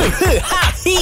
哈嘿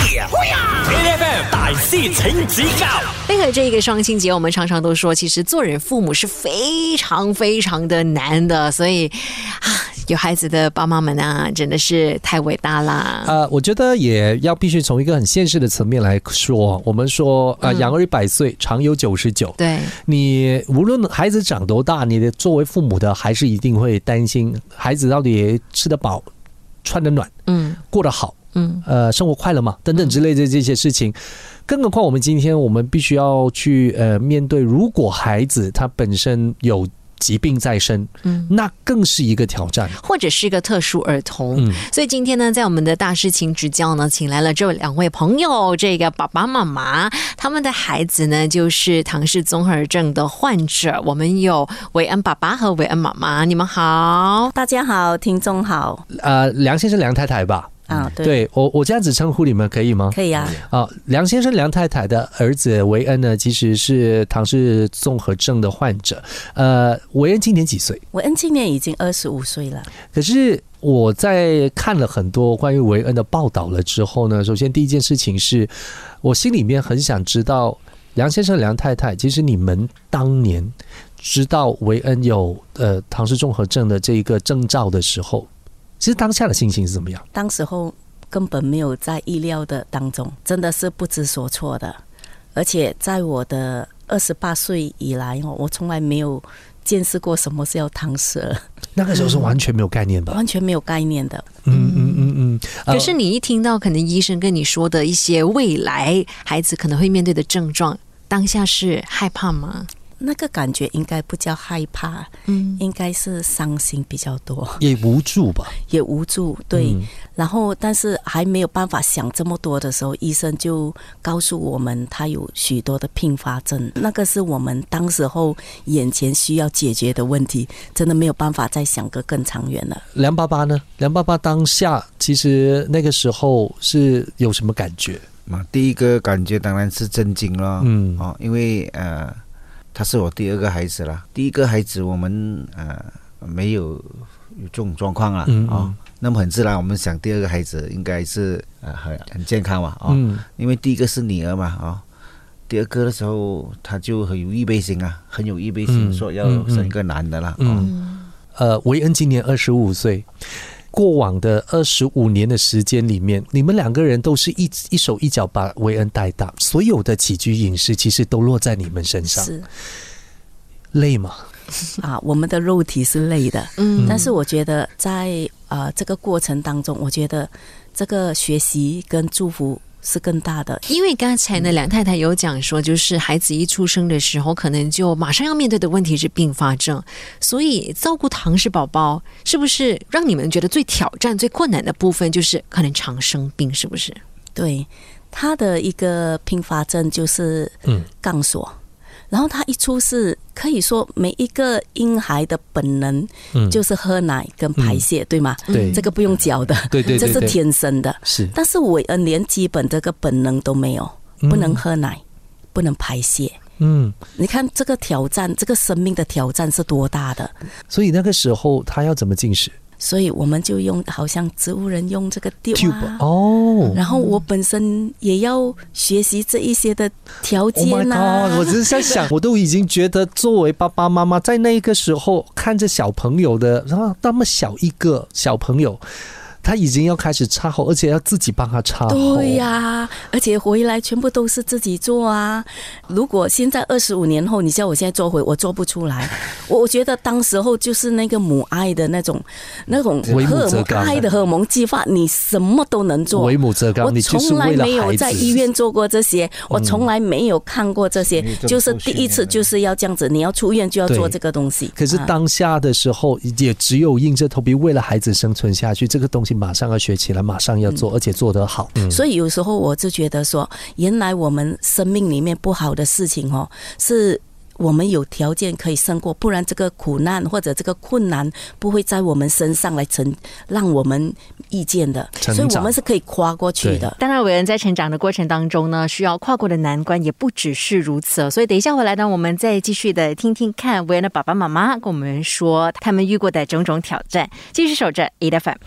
！8FM 大师请指教。 配合这一个双亲节，我们常常都说，其实做人父母是非常非常的难的，所以有孩子的爸妈们啊，真的是太伟大啦。 我觉得也要必须从一个很现实的层面来说，我们说养儿100岁，常有99。 对，你无论孩子长多大，你的作为父母的还是一定会担心孩子到底吃得饱、穿得暖，过得好，生活快乐嘛，等等之类的这些事情。更何况我们今天我们必须要去面对，如果孩子他本身有疾病在身，那更是一个挑战， 或者是一个特殊儿童。所以今天呢，在我们的大师请指教呢，请来了这两位朋友，这个爸爸妈妈，他们的孩子呢就是唐氏综合症的患者。我们有韦恩爸爸和韦恩妈妈，你们好。 大家好，听众好。 梁先生、梁太太吧。对，我这样子称呼你们可以吗？ 可以啊。 梁先生、梁太太的儿子韦恩呢，其实是唐氏综合症的患者。韦恩今年几岁？ 韦恩今年已经25岁了。 可是我在看了很多关于韦恩的报道了之后呢，首先第一件事情是我心里面很想知道，梁先生、梁太太，其实你们当年知道韦恩有唐氏综合症的这一个征兆的时候，其实当下的心情是怎么样？ 当时候根本没有在意料的当中，真的是不知所措的。而且在我的28岁以来，我从来没有见识过什么是要唐氏儿。 那个时候是完全没有概念吧？ 完全没有概念的。 可是你一听到可能医生跟你说的一些未来孩子可能会面对的症状，当下是害怕吗？ 那个感觉应该不叫害怕，应该是伤心比较多， 也无助吧？ 也无助，对。然后，但是还没有办法想这么多的时候，医生就告诉我们，他有许多的并发症，那个是我们当时候眼前需要解决的问题，真的没有办法再想个更长远了。 梁爸爸呢？梁爸爸当下其实那个时候是有什么感觉？ 第一个感觉当然是震惊了，因为他是我第二个孩子了。第一个孩子我们没有这种状况了那么很自然我们想第二个孩子应该是很健康嘛因为第一个是女儿嘛第二个的时候他就很有预备心很有预备心说要生一个男的了韦恩今年25岁。过往的25年的时间里面，你们两个人都是一手一脚把韦恩带大，所有的起居饮食其实都落在你们身上。 是累吗？ 我们的肉体是累的，但是我觉得在这个过程当中，我觉得这个学习跟祝福是更大的。 因为刚才呢，梁太太有讲说，就是孩子一出生的时候，可能就马上要面对的问题是并发症，所以照顾唐氏宝宝，是不是让你们觉得最挑战、最困难的部分，就是可能常生病，是不是？ 对，他的一个并发症就是杠锁。然后他一出世，可以说每一个婴孩的本能就是喝奶跟排泄，对吗？ 对， 这个不用教的， 对， 这是天生的。 是， 但是韦恩连基本这个本能都没有，不能喝奶，不能排泄。你看这个挑战，这个生命的挑战是多大的？ 所以那个时候他要怎么进食？ 所以我们就用好像植物人用这个tube然后我本身也要学习这一些的条件 Oh my God， 我只是在想我都已经觉得作为爸爸妈妈在那个时候看着小朋友的，然后那么小一个小朋友他已经要开始插喉，而且要自己帮他插喉。 对呀，而且回来全部都是自己做啊。如果现在25年后，你叫我现在做回，我做不出来。我觉得当时候就是那个母爱的那种爱的荷尔蒙激发，你什么都能做。 为母则刚， 我从来没有在医院做过这些，我从来没有看过这些，就是第一次就是要这样子，你要出院就要做这个东西。 可是当下的时候，也只有硬着头皮为了孩子生存下去，这个东西马上要学起来，马上要做，而且做得好。 所以有时候我就觉得说，原来我们生命里面不好的事情是我们有条件可以胜过，不然这个苦难或者这个困难不会在我们身上来让我们遇见的，所以我们是可以跨过去的。 当然伟恩在成长的过程当中呢，需要跨过的难关也不只是如此，所以等一下回来呢，我们再继续的听听看伟恩的爸爸妈妈跟我们说他们遇过的种种挑战。继续守着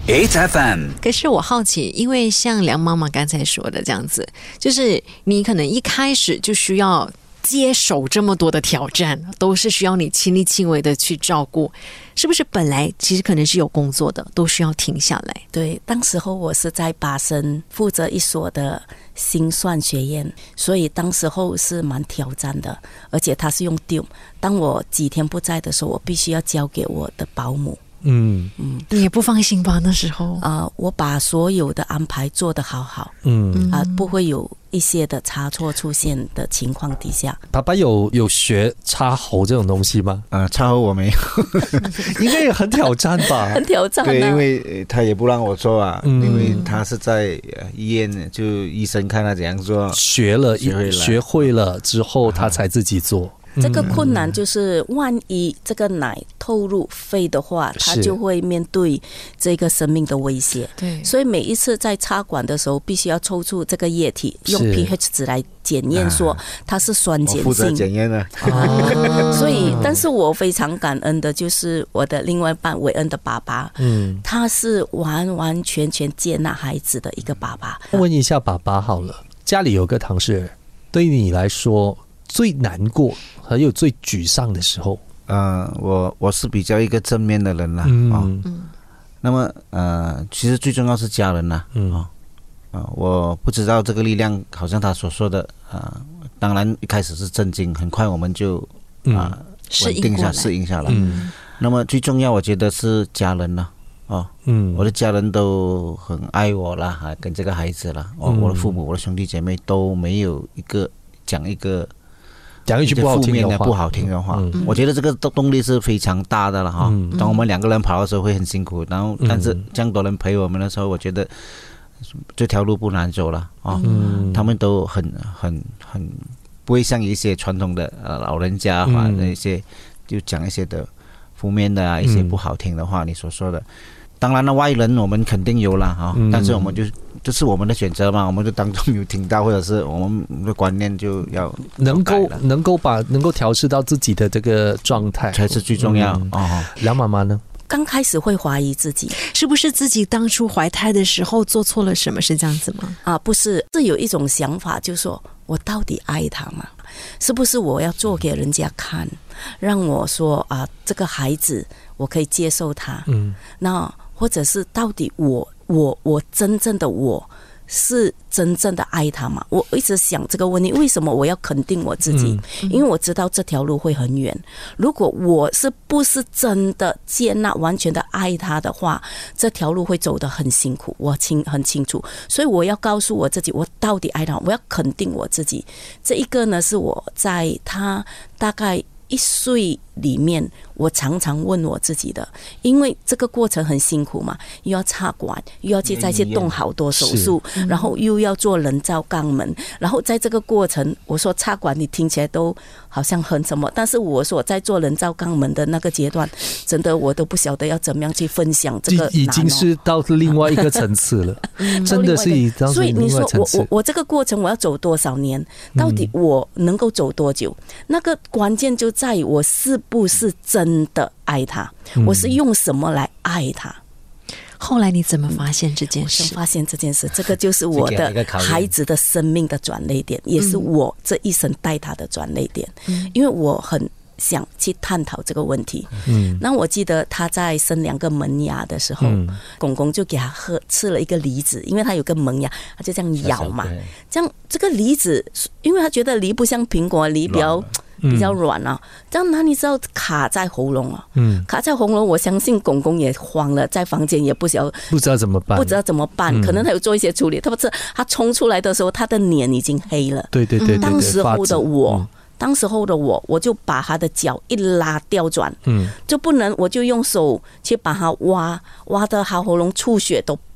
8FM。 8FM。 可是我好奇，因为像梁妈妈刚才说的这样子，就是你可能一开始就需要接手这么多的挑战，都是需要你亲力亲为的去照顾，是不是本来其实可能是有工作的，都需要停下来？ 对，当时候我是在巴生负责一所的心算学院，所以当时候是蛮挑战的，而且他是用丢。当我几天不在的时候，我必须要交给我的保姆。 你也不放心吧那时候？ 我把所有的安排做得好好，不会有一些的差错出现的情况底下。 爸爸有学插喉这种东西吗？ 插喉我没有， 应该也很挑战吧？ 很挑战。 对，因为他也不让我做啊，因为他是在医院，就医生看他怎样做，学会了之后，他才自己做。 这个困难就是万一这个奶透入肺的话，它就会面对这个生命的威胁。 对， 所以每一次在插管的时候必须要抽出这个液体，用 pH 值来检验说它是酸碱性。 我负责检验的。 所以但是我非常感恩的就是我的另外一半伟恩的爸爸，他是完完全全接纳孩子的一个爸爸。 问一下爸爸好了，家里有个唐氏儿，对于你来说最难过还有最沮丧的时候？ 我是比较一个正面的人啦。那么其实最重要是家人啦。我不知道这个力量，好像他所说的当然一开始是震惊，很快我们就稳定适应下来。那么最重要我觉得是家人啦。我的家人都很爱我啦，跟这个孩子啦，我的父母我的兄弟姐妹都没有讲一句不好听的话，我觉得这个动力是非常大的了哈。当我们两个人跑的时候会很辛苦，然后但是这样多人陪我们的时候，我觉得这条路不难走了啊。他们都很不会像一些传统的老人家那些就讲一些的负面的一些不好听的话，你所说的。当然了，外人我们肯定有了哈，但是我们就是我们的选择嘛，我们就当中有听到，或者是我们的观念就要能够调试到自己的这个状态才是最重要。 梁妈妈呢？ 刚开始会怀疑自己， 是不是自己当初怀胎的时候做错了什么？是这样子吗？ 不是，是有一种想法，就是说我到底爱他吗？是不是我要做给人家看，让我说这个孩子我可以接受他？那或者是到底我真正的我是真正的爱他吗？我一直想这个问题，为什么我要肯定我自己？因为我知道这条路会很远。如果我是不是真的接纳、完全的爱他的话，这条路会走得很辛苦，我很清楚。所以我要告诉我自己，我到底爱他，我要肯定我自己。这一个呢，是我在他大概1岁里面，我常常问我自己的，因为这个过程很辛苦嘛，又要插管，又要再去动好多手术，然后又要做人造肛门，然后在这个过程，我说插管你听起来都好像很什么，但是我说在做人造肛门的那个阶段，真的我都不晓得要怎么样去分享这个， 已经是到另外一个层次了，真的是所以你说我这个过程我要走多少年，到底我能够走多久？那个关键就在于我是不是真的爱他，我是用什么来爱他。 后来你怎么发现这件事？ 发现这件事，这个就是我的孩子的生命的转捩点，也是我这一生带他的转捩点。因为我很想去探讨这个问题。那我记得他在生2个门牙的时候，公公就给他吃了一个梨子，因为他有个门牙，他就这样咬嘛，这样这个梨子，因为他觉得梨不像苹果，梨比较软啊，这样哪里知道卡在喉咙啊？卡在喉咙，我相信公公也慌了，在房间也不知道怎么办，可能他有做一些处理。他冲出来的时候，他的脸已经黑了。 对， 当时候的我就把他的脚一拉调转，就不能，我就用手去把他挖的他喉咙出血都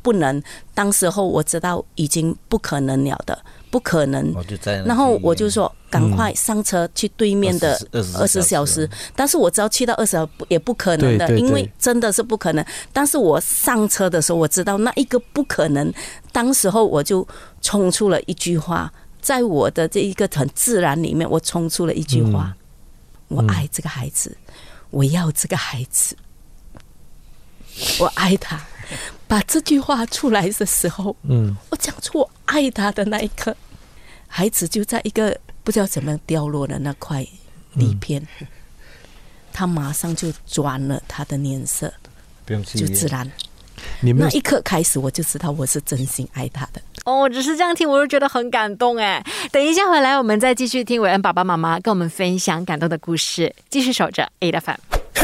不能。当时候我知道已经不可能了的，不可能。然后我就说赶快上车去对面的20小时，但是我知道去到20小时也不可能的，因为真的是不可能。但是我上车的时候，我知道那一个不可能，当时候我就冲出了一句话，在我的这一个很自然里面，我冲出了一句话：我爱这个孩子，我要这个孩子，我爱他。把这句话出来的时候，我讲出我爱他的那一刻，孩子就在一个不知道怎么样掉落的那块底片，他马上就转了他的脸色，就自然。那一刻开始，我就知道我是真心爱他的。 哦，只是这样听我就觉得很感动哎。等一下回来，我们再继续听伟恩爸爸妈妈跟我们分享感动的故事。继续守着 8FM。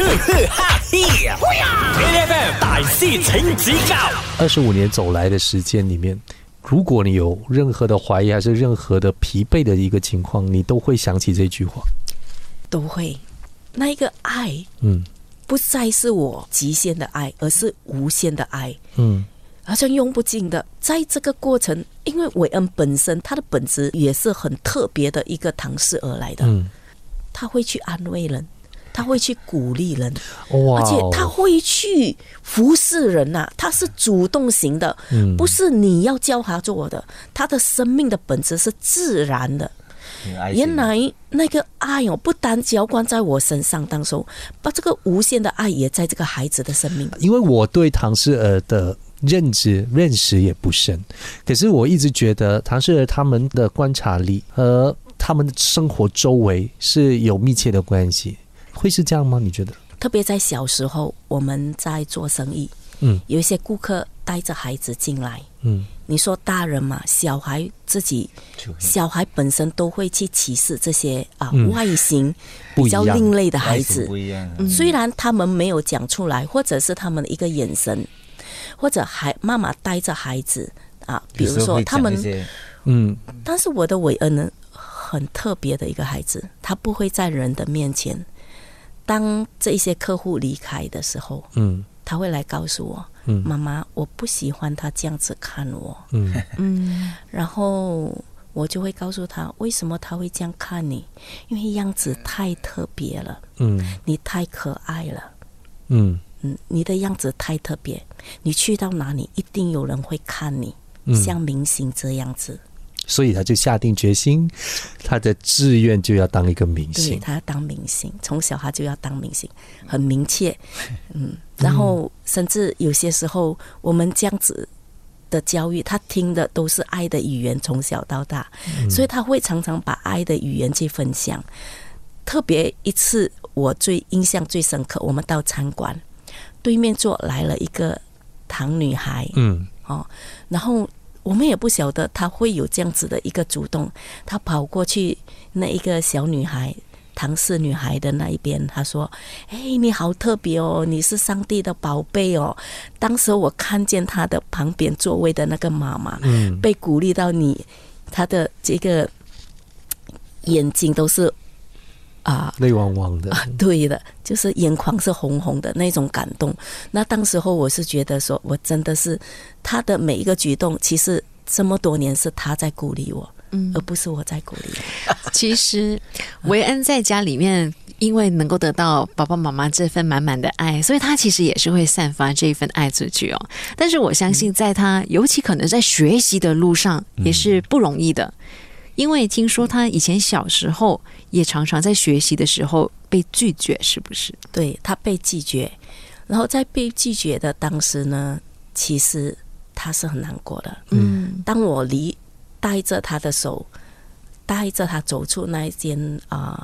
8FM 大師請指教。 25年走来的时间里面，如果你有任何的怀疑还是任何的疲惫的一个情况，你都会想起这句话。 都会，那一个爱，不再是我极限的爱，而是无限的爱。好像用不尽的。在这个过程，因为伟恩本身他的本质也是很特别的一个唐氏儿来的，他会去安慰人，他会去鼓励人，而且他会去服侍人啊，他是主动型的，不是你要教他做的，他的生命的本质是自然的。原来那个爱不单浇灌在我身上，当时把这个无限的爱也在这个孩子的生命。 因为我对唐氏儿的认识也不深，可是我一直觉得唐氏儿他们的观察力和他们的生活周围是有密切的关系，会是这样吗？你觉得？ 特别在小时候，我们在做生意，有一些顾客带着孩子进来，你说大人嘛，小孩本身都会去歧视这些外形比较另类的孩子，虽然他们没有讲出来，或者是他们的一个眼神，或者妈妈带着孩子比如说他们，但是我的伟恩呢，很特别的一个孩子，他不会在人的面前，当这些客户离开的时候，他会来告诉我，妈妈，我不喜欢他这样子看我，然后我就会告诉他，为什么他会这样看你？因为样子太特别了，你太可爱了，你的样子太特别，你去到哪里一定有人会看你，像明星这样子。 所以他就下定决心，他的志愿就要当一个明星。 对，他要当明星，从小他就要当明星，很明确。然后甚至有些时候，我们这样子的教育，他听的都是爱的语言，从小到大，所以他会常常把爱的语言去分享。特别一次，我印象最深刻，我们到餐馆，对面桌来了一个唐女孩，然后我们也不晓得他会有这样子的一个主动，他跑过去那一个小女孩，唐氏女孩的那一边，他说：“你好特别哦，你是上帝的宝贝哦。”当时我看见他的旁边座位的那个妈妈，被鼓励到他的这个眼睛都是泪汪汪的， 对的，就是眼眶是红红的那种感动。那当时候我是觉得说，我真的是他的每一个举动，其实这么多年是他在鼓励我，而不是我在鼓励我。 其实维恩在家里面，因为能够得到爸爸妈妈这份满满的爱，所以他其实也是会散发这一份爱出去哦。但是我相信，在他尤其可能在学习的路上，也是不容易的。因为听说他以前小时候也常常在学习的时候被拒绝，是不是？ 对，他被拒绝，然后在被拒绝的当时呢，其实他是很难过的。当我带着他的手，带着他走出那一间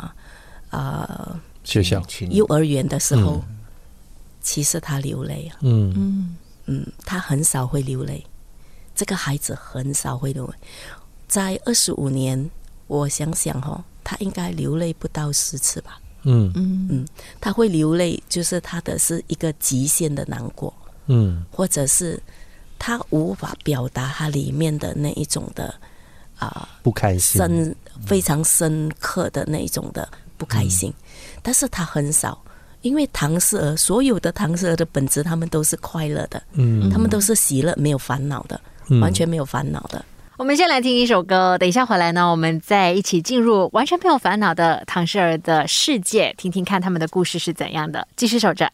学校幼儿园的时候，其实他流泪了。他很少会流泪，这个孩子很少会流泪。在25年，我想想他应该流泪不到10次吧。他会流泪，就是他的是一个极限的难过，或者是他无法表达他里面的那一种的不开心， 非常深刻的那一种的不开心。但是他很少， 因为唐氏儿，所有的唐氏儿的本质，他们都是快乐的，他们都是喜乐，没有烦恼的，完全没有烦恼的。 我们先来听一首歌，等一下回来呢，我们再一起进入完全没有烦恼的唐氏儿的世界，听听看他们的故事是怎样的。继续守着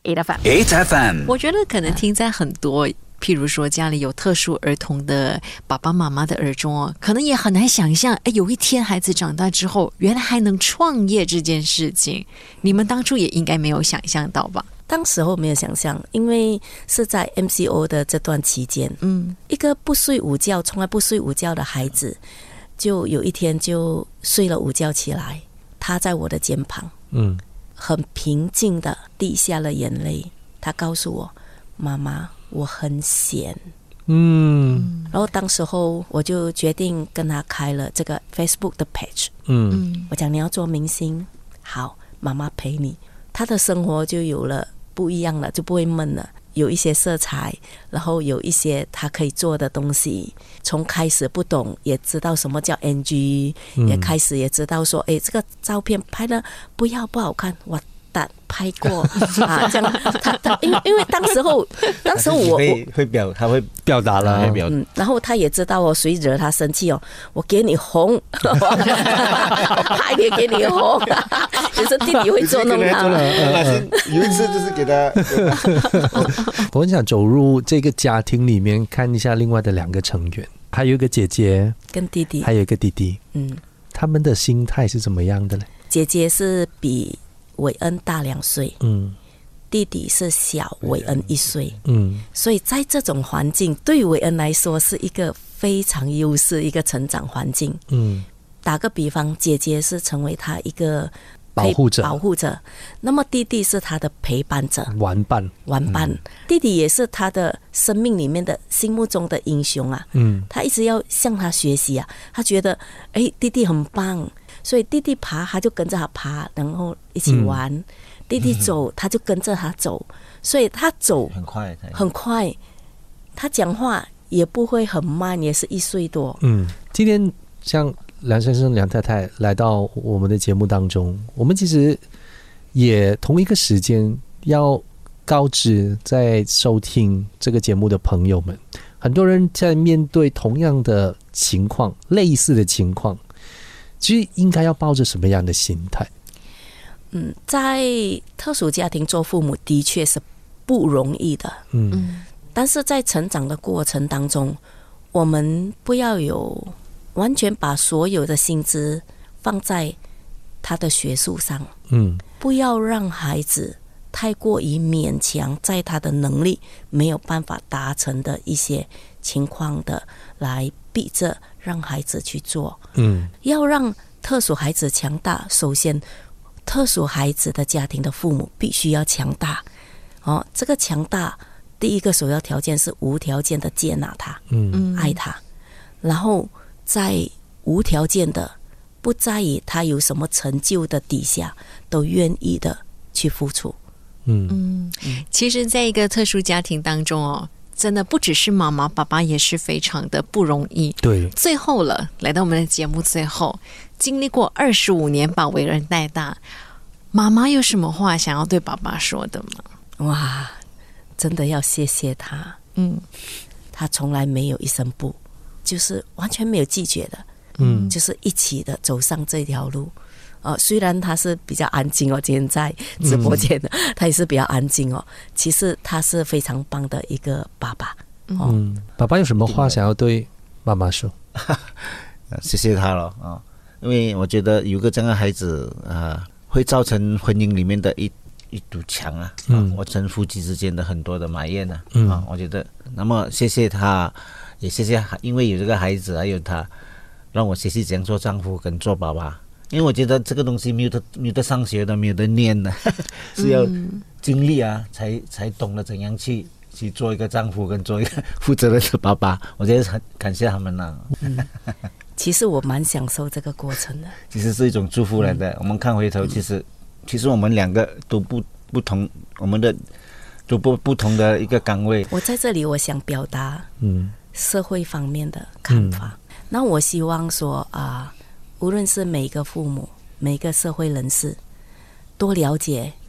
8FM。我觉得可能听在很多譬如说家里有特殊儿童的爸爸妈妈的耳中哦，可能也很难想象，有一天孩子长大之后，原来还能创业这件事情，你们当初也应该没有想象到吧？ 当时候没有想象，因为是在 MCO 的这段期间，一个不睡午觉，从来不睡午觉的孩子，就有一天就睡了午觉起来，他在我的肩膀，很平静的滴下了眼泪。他告诉我，妈妈，我很闲。然后当时候我就决定跟他开了这个 Facebook 的 page。我讲你要做明星，好，妈妈陪你。他的生活就有了不一样了，就不会闷了，有一些色彩，然后有一些他可以做的东西。从开始不懂，也知道什么叫 NG，也开始也知道说，这个照片拍的不好看，我拍过啊，这样他因为当时候我他会表达了， 然后他也知道谁惹他生气我给你红，他也给你红，有时候弟弟会捉弄他。 有一次就是给他。 我很想走入这个家庭里面，看一下另外的2个成员，还有一个姐姐跟弟弟，还有一个弟弟，他们的心态是怎么样的呢？ 姐姐是比韦恩大2岁，弟弟是小韦恩1岁，所以在这种环境对韦恩来说是一个非常优势一个成长环境。打个比方，姐姐是成为他一个保护者，那么弟弟是他的陪伴者， 玩伴。 弟弟也是他的生命里面的心目中的英雄啊。他一直要向他学习啊，他觉得弟弟很棒，所以弟弟爬他就跟着他爬，然后一起玩。弟弟走他就跟着他走，所以他走很快，他讲话也不会很慢，也是1岁多。 今天像梁先生梁太太来到我们的节目当中，我们其实也同一个时间要告知在收听这个节目的朋友们，很多人在面对同样的情况，类似的情况，其实应该要抱着什么样的心态？ 在特殊家庭做父母的确是不容易的。但是在成长的过程当中，我们不要有完全把所有的心思放在他的学术上，不要让孩子太过于勉强在他的能力没有办法达成的一些情况的来逼着让孩子去做。要让特殊孩子强大，首先特殊孩子的家庭的父母必须要强大。这个强大第一个首要条件是无条件的接纳他，爱他，然后在无条件的不在意他有什么成就的底下都愿意的去付出。 其实在一个特殊家庭当中真的不只是妈妈，爸爸也是非常的不容易。 对， 最后了，来到我们的节目最后，经历过25年把韦恩带大，妈妈有什么话想要对爸爸说的吗？ 哇，真的要谢谢他。他从来没有一声不，就是完全没有拒绝的。就是一起的走上这条路。虽然他是比较安静今天在直播间的，他也是比较安静其实他是非常棒的一个爸爸。 爸爸有什么话想要对妈妈说？ 谢谢他了因为我觉得有个这样的孩子会造成婚姻里面的一堵墙我跟夫妻之间的很多的埋怨我觉得，那么谢谢他，也谢谢因为有这个孩子，还有他让我学习怎样做丈夫跟做爸爸。因为我觉得这个东西没有得上学的，没有得念的，是要经历才懂得怎样去做一个丈夫跟做一个负责任的爸爸。我觉得很感谢他们其实我蛮享受这个过程的， 其实是一种祝福来的。我们看回头，其实我们2个都不同，我们的都不同的一个岗位。 我在这里我想表达社会方面的看法。那我希望说无论是每个父母每个社会人士多了解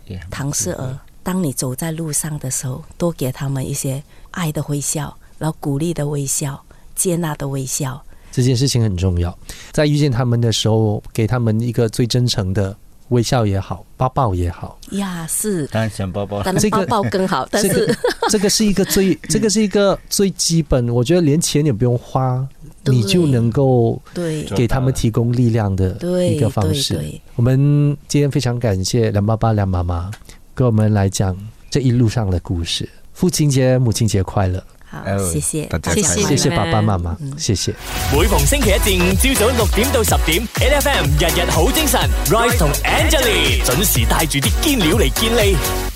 唐氏儿，当你走在路上的时候，多给他们一些爱的微笑，然后鼓励的微笑，接纳的微笑。 这件事情很重要，在遇见他们的时候，给他们一个最真诚的微笑也好，抱抱也好呀，是， 当然想抱抱， 当然抱抱更好，但是这个是一个最基本，我觉得连钱也不用花，你就能够给他们提供力量的一个方式。我们今天非常感谢梁爸爸、梁妈妈跟我们来讲这一路上的故事。父亲节、母亲节快乐！ 好，谢谢， 谢谢爸爸妈妈，谢谢。 每逢星期一至五朝早6點到10點 ，8FM 日日好精神 ，Rise 同 Angelie 準時帶住啲堅料嚟健利。